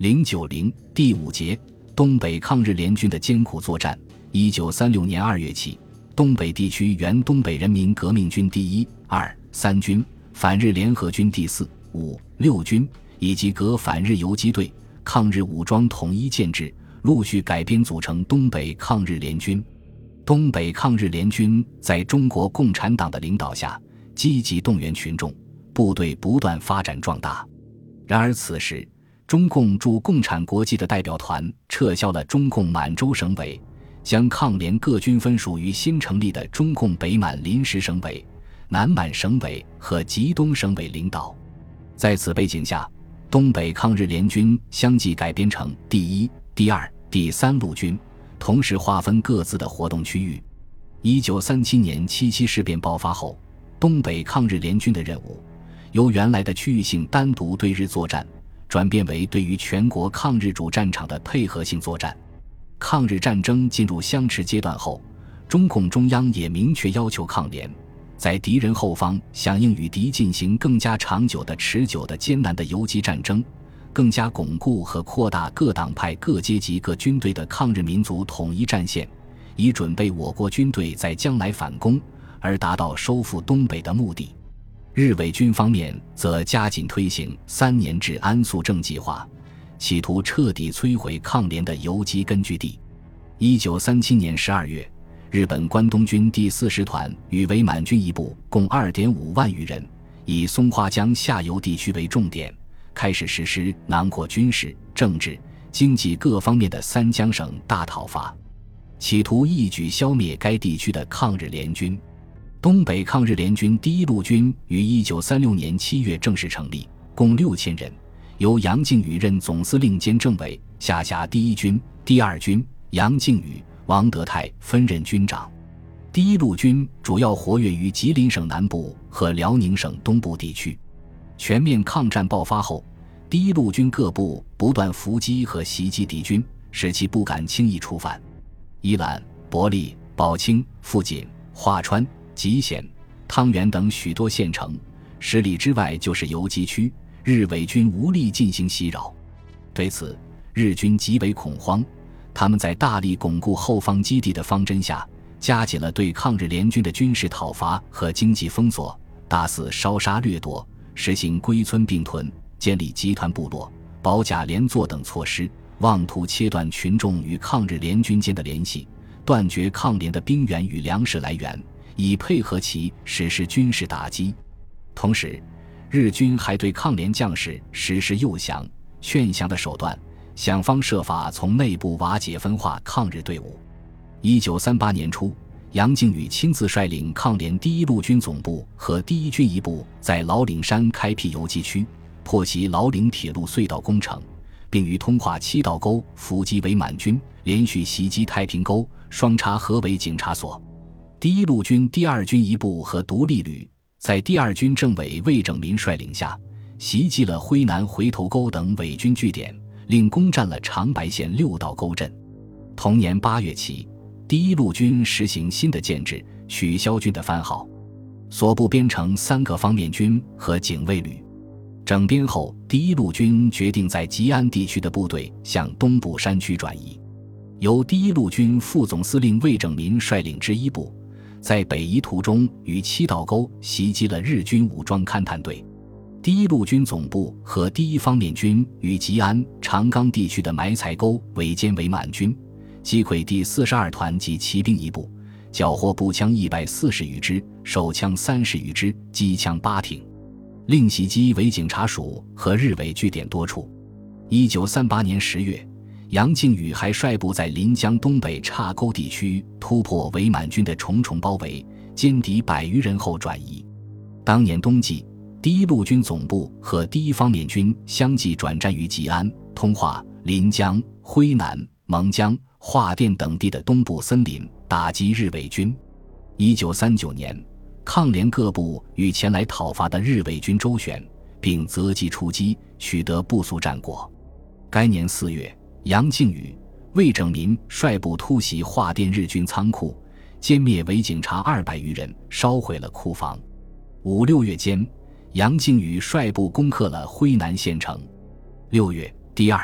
090第5节，东北抗日联军的艰苦作战。1936年2月起，东北地区原东北人民革命军第1、2、3军、反日联合军第4、5、6军以及各反日游击队、抗日武装统一建制，陆续改编组成东北抗日联军。东北抗日联军在中国共产党的领导下，积极动员群众，部队不断发展壮大。然而此时，中共驻共产国际的代表团撤销了中共满洲省委，将抗联各军分属于新成立的中共北满临时省委、南满省委和吉东省委领导。在此背景下，东北抗日联军相继改编成第1、第2、第3路军，同时划分各自的活动区域。1937年7·7事变爆发后，东北抗日联军的任务由原来的区域性单独对日作战，转变为对于全国抗日主战场的配合性作战。抗日战争进入相持阶段后，中共中央也明确要求抗联在敌人后方响应与敌进行更加长久的、持久的、艰难的游击战争，更加巩固和扩大各党派、各阶级、各军队的抗日民族统一战线，以准备我国军队在将来反攻，而达到收复东北的目的。日伪军方面则加紧推行3年制安肃正计划，企图彻底摧毁抗联的游击根据地。1937年12月，日本关东军第40团与伪满军一部共 2.5 万余人，以松花江下游地区为重点，开始实施囊括军事、政治、经济各方面的三江省大讨伐，企图一举消灭该地区的抗日联军。东北抗日联军第1路军于1936年7月正式成立，共6000人，由杨靖宇任总司令兼政委，下辖第1军、第2军，杨靖宇、王德泰分任军长。第1路军主要活跃于吉林省南部和辽宁省东部地区。全面抗战爆发后，第1路军各部不断伏击和袭击敌军，使其不敢轻易触犯。宜兰、伯利、宝清、富锦、华川、吉县、汤原等许多县城10里之外就是游击区，日伪军无力进行袭扰。对此，日军极为恐慌，他们在大力巩固后方基地的方针下，加紧了对抗日联军的军事讨伐和经济封锁，大肆烧杀掠夺，实行归村并屯，建立集团部落、保甲连坐等措施，妄图切断群众与抗日联军间的联系，断绝抗联的兵源与粮食来源，以配合其实施军事打击。同时，日军还对抗联将士实施诱降、劝降的手段，想方设法从内部瓦解分化抗日队伍。1938年初，杨靖宇亲自率领抗联第1路军总部和第1军一部在老岭山开辟游击区，破袭老岭铁路隧道工程，并于通化七道沟伏击伪满军，连续袭击太平沟、双叉河伪警察所。第1路军第2军一部和独立旅在第2军政委魏拯民率领下，袭击了辉南回头沟等伪军据点，另攻占了长白县6道沟镇。同年8月起，第1路军实行新的建制，取消军的番号，所部编成3个方面军和警卫旅。整编后，第1路军决定在吉安地区的部队向东部山区转移，由第1路军副总司令魏拯民率领之1部，在北移途中于七道沟袭击了日军武装勘探队。第1路军总部和第1方面军于吉安、长冈地区的埋彩沟围歼伪满军，击溃第42团及骑兵一部，缴获步枪140余支，手枪30余支，机枪8挺，另袭击伪警察署和日伪据点多处。1938年10月，杨靖宇还率部在临江东北岔沟地区突破伪满军的重重包围，歼敌100余人后转移。当年冬季，第1路军总部和第1方面军相继转战于吉安、通化、临江、辉南、蒙江、桦甸等地的东部森林，打击日伪军。1939年，抗联各部与前来讨伐的日伪军周旋，并择机出击，取得不俗战果。该年4月，杨靖宇、魏拯民率部突袭桦甸日军仓库，歼灭伪警察200余人，烧毁了库房。5、6月间，杨靖宇率部攻克了辉南县城。6月，第2、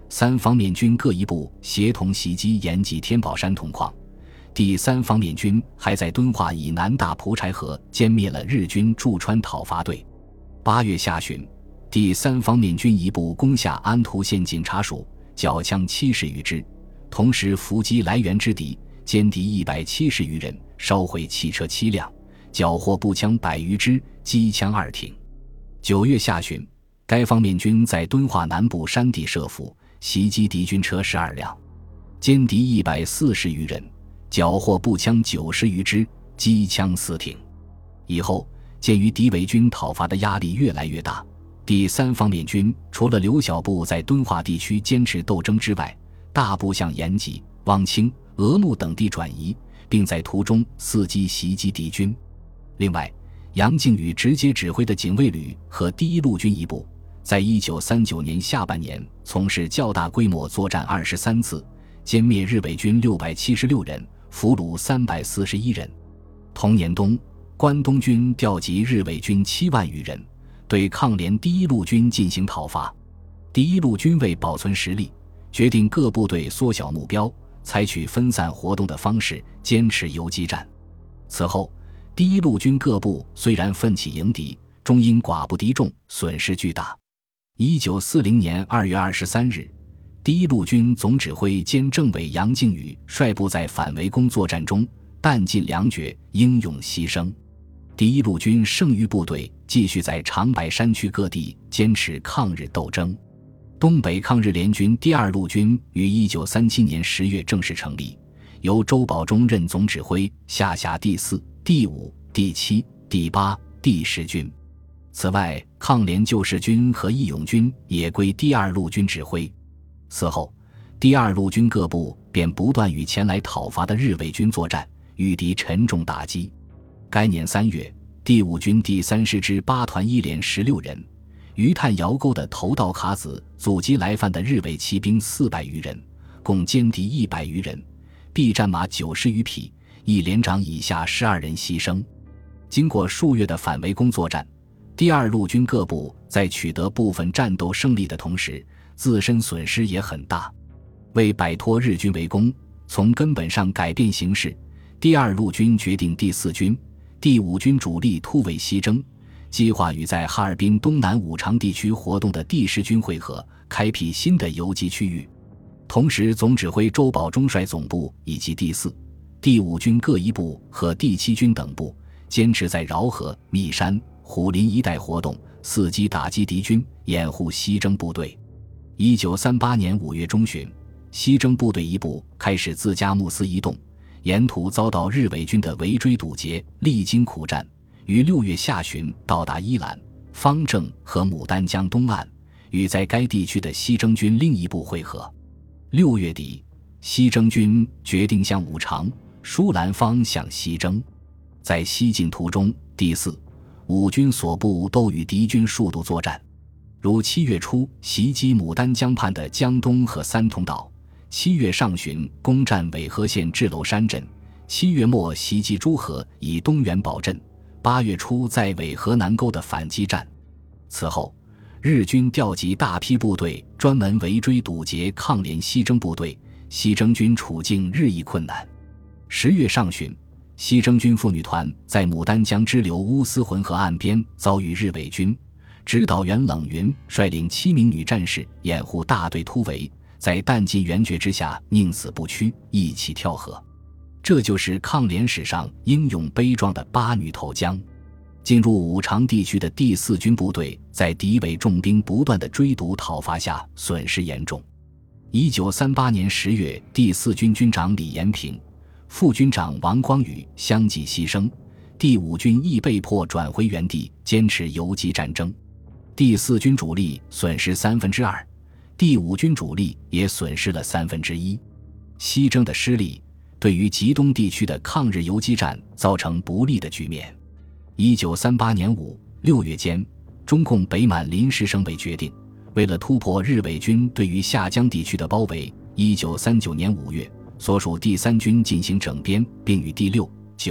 三方面军各一部协同袭击延吉天宝山铜矿。第三方面军还在敦化以南大蒲柴河歼灭了日军驻川讨伐队。8月下旬，第三方面军一部攻下安图县警察署，缴枪70余支，同时伏击来源之敌，歼敌170余人，烧毁汽车7辆，缴获步枪100余支，机枪2挺。9月下旬，该方面军在敦化南部山地设伏，袭击敌军车12辆，歼敌140余人，缴获步枪90余支，机枪4挺。以后鉴于敌伪军讨伐的压力越来越大，第三方面军除了留小部在敦化地区坚持斗争之外，大部向延吉、汪清、峨母等地转移，并在途中伺机袭击敌军。另外，杨靖宇直接指挥的警卫旅和第一路军一部，在1939年下半年从事较大规模作战23次，歼灭日伪军676人，俘虏341人。同年冬，关东军调集日伪军7万余人，对抗联第一路军进行讨伐。第一路军为保存实力，决定各部队缩小目标，采取分散活动的方式，坚持游击战。此后，第一路军各部虽然奋起迎敌，终因寡不敌众，损失巨大。1940年2月23日，第一路军总指挥兼政委杨靖宇率部在反围攻作战中弹尽粮绝，英勇牺牲。第一路军剩余部队继续在长白山区各地坚持抗日斗争。东北抗日联军第二路军于1937年10月正式成立，由周保中任总指挥，下辖第4、第5、第7、第8、第10军。此外，抗联救世军和义勇军也归第二路军指挥。此后，第二路军各部便不断与前来讨伐的日伪军作战，遇敌沉重打击。该年3月，第五军第3师之8团1连16人，于炭窑沟的头道卡子阻击来犯的日伪骑兵400余人，共歼敌100余人，毙战马90余匹，一连长以下12人牺牲。经过数月的反围攻作战，第二路军各部在取得部分战斗胜利的同时，自身损失也很大。为摆脱日军围攻，从根本上改变形势，第二路军决定第4军、第5军主力突围西征，计划与在哈尔滨东南五常地区活动的第10军会合，开辟新的游击区域。同时，总指挥周保中率总部以及第4、第5军各一部和第7军等部，坚持在饶河、密山、虎林一带活动，伺机打击敌军，掩护西征部队。1938年5月中旬，西征部队一部开始自佳木斯移动，沿途遭到日伪军的围追堵截，历经苦战，于6月下旬到达伊兰、方正和牡丹江东岸，与在该地区的西征军另一部会合。6月底，西征军决定向五常、舒兰方向西征。在西进途中，第4、5军所部都与敌军数度作战，如7月初袭击牡丹江畔的江东和三通岛，7月上旬攻占尾河县智楼山镇，7月末袭击诸河以东元堡镇，8月初在尾河南沟的反击战。此后，日军调集大批部队专门围追堵截抗联西征部队，西征军处境日益困难。10月上旬，西征军妇女团在牡丹江支流乌斯浑河岸边遭遇日伪军，指导员冷云率领7名女战士掩护大队突围，在弹尽援绝之下宁死不屈，一起跳河。这就是抗联史上英勇悲壮的8女投江。进入五常地区的第4军部队在敌伪重兵不断的追堵讨伐下损失严重。1938年10月，第4军军长李延平、副军长王光宇相继牺牲，第5军亦被迫转回原地坚持游击战争。第4军主力损失2/3，第5军主力也损失了1/3。西征的失利对于极东地区的抗日游击战造成不利的局面。1938年5、6月间，中共北满临时省委决定，为了突破日伪军对于下江地区的包围，1939年5月，所属第3军进行整编，并与第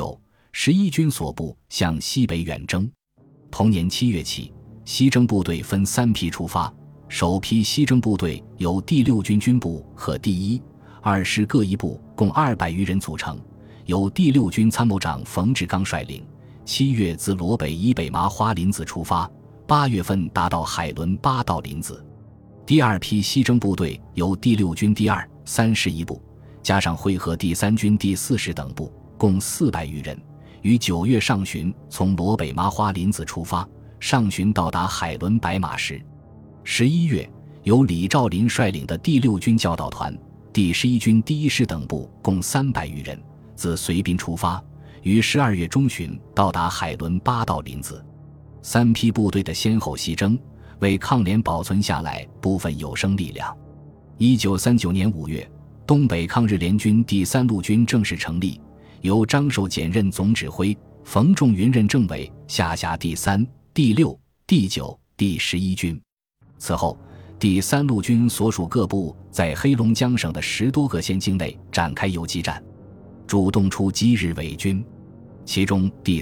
6、9、11军所部向西北远征。同年7月起，西征部队分3批出发， 首批西征部队由第6军军部和第1、2师各一部，共200余人组成，由第6军参谋长冯志刚率领。7月自罗北以北麻花林子出发，8月份达到海伦巴道林子。第2批西征部队由第6军第2、3师一部，加上会合第3军第4师等部，共400余人，于9月上旬从罗北麻花林子出发，上旬到达海伦白马石。11月，由李兆麟率领的第6军教导团、第11军第1师等部共300余人，自绥滨出发，于12月中旬到达海伦巴道林子。3批部队的先后西征，为抗联保存下来部分有生力量。1939年5月，东北抗日联军第3路军正式成立，由张寿检任总指挥，冯仲云任政委，下辖第3、第6、第9、第11军。此后，第3路军所属各部在黑龙江省的10多个县境内展开游击战，主动出击日伪军。其中第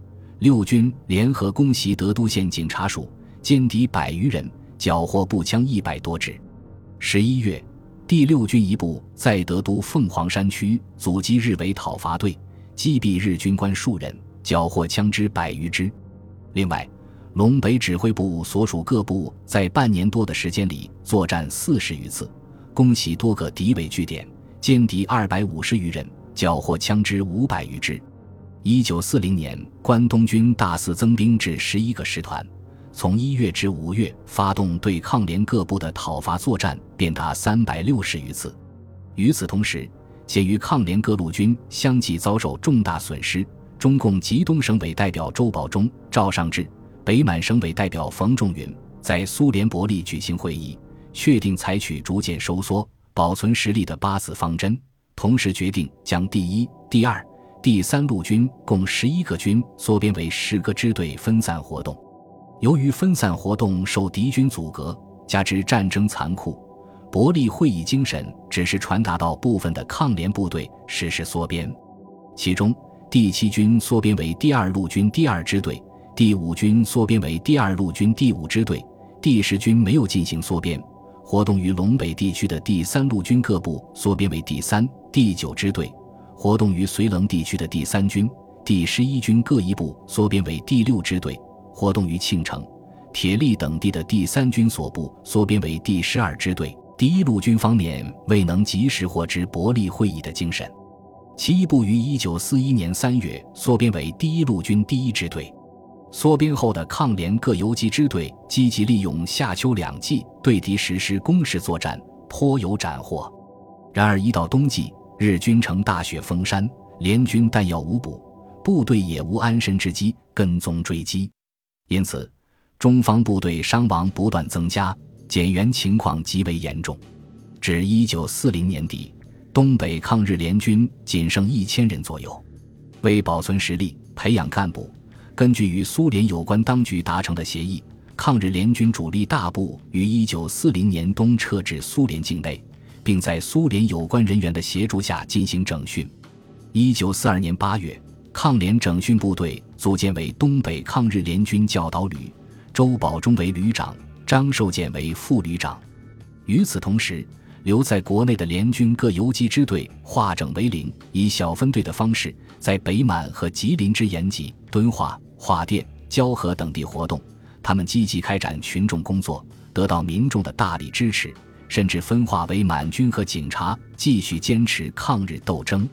3、6军联合攻袭德都县警察署，歼敌100余人，缴获步枪100多支。11月，第6军一部在德都凤凰山区阻击日伪讨伐队，击毙日军官数人，缴获枪支100余支。另外，陇北指挥部所属各部在半年多的时间里作战40余次，攻袭多个敌伪据点，歼敌250余人，缴获枪支500余支。1940年，关东军大肆增兵至11个师团，从1月至5月发动对抗联各部的讨伐作战便达360余次。与此同时，鉴于抗联各路军相继遭受重大损失，中共吉东省委代表周保中、赵尚志，北满省委代表冯仲云在苏联伯利举行会议，确定采取逐渐收缩、保存实力的8子方针，同时决定将第1、第2、第3路军共11个军缩编为10个支队分散活动。由于分散活动受敌军阻隔，加之战争残酷，伯利会议精神只是传达到部分的抗联部队实施缩编。其中，第7军缩编为第2路军第2支队，第5军缩编为第2路军第5支队，第10军没有进行缩编。活动于陇北地区的第3路军各部缩编为第3、第9支队，活动于绥棱地区的第3军、第11军各一部缩编为第6支队，活动于庆城、铁力等地的第3军所部缩编为第12支队。第1路军方面未能及时获知伯利会议的精神，其一部于1941年3月缩编为第1路军第1支队。缩编后的抗联各游击支队积极利用夏秋两季对敌实施攻势作战，颇有斩获。然而一到冬季，日军乘大雪封山，联军弹药无补，部队也无安身之机跟踪追击，因此中方部队伤亡不断增加，减员情况极为严重。至1940年底，东北抗日联军仅剩1000人左右。为保存实力、培养干部，根据与苏联有关当局达成的协议，抗日联军主力大部于1940年冬撤至苏联境内，并在苏联有关人员的协助下进行整训。1942年8月，抗联整训部队组建为东北抗日联军教导旅，周保中为旅长，张寿检为副旅长。与此同时，留在国内的联军各游击支队化整为零，以小分队的方式在北满和吉林之延吉、敦化、桦甸、蛟河等地活动。他们积极开展群众工作，得到民众的大力支持，甚至分化为满军和警察，继续坚持抗日斗争。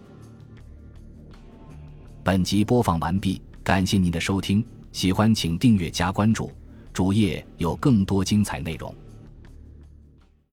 本集播放完毕，感谢您的收听，喜欢请订阅加关注，主页有更多精彩内容。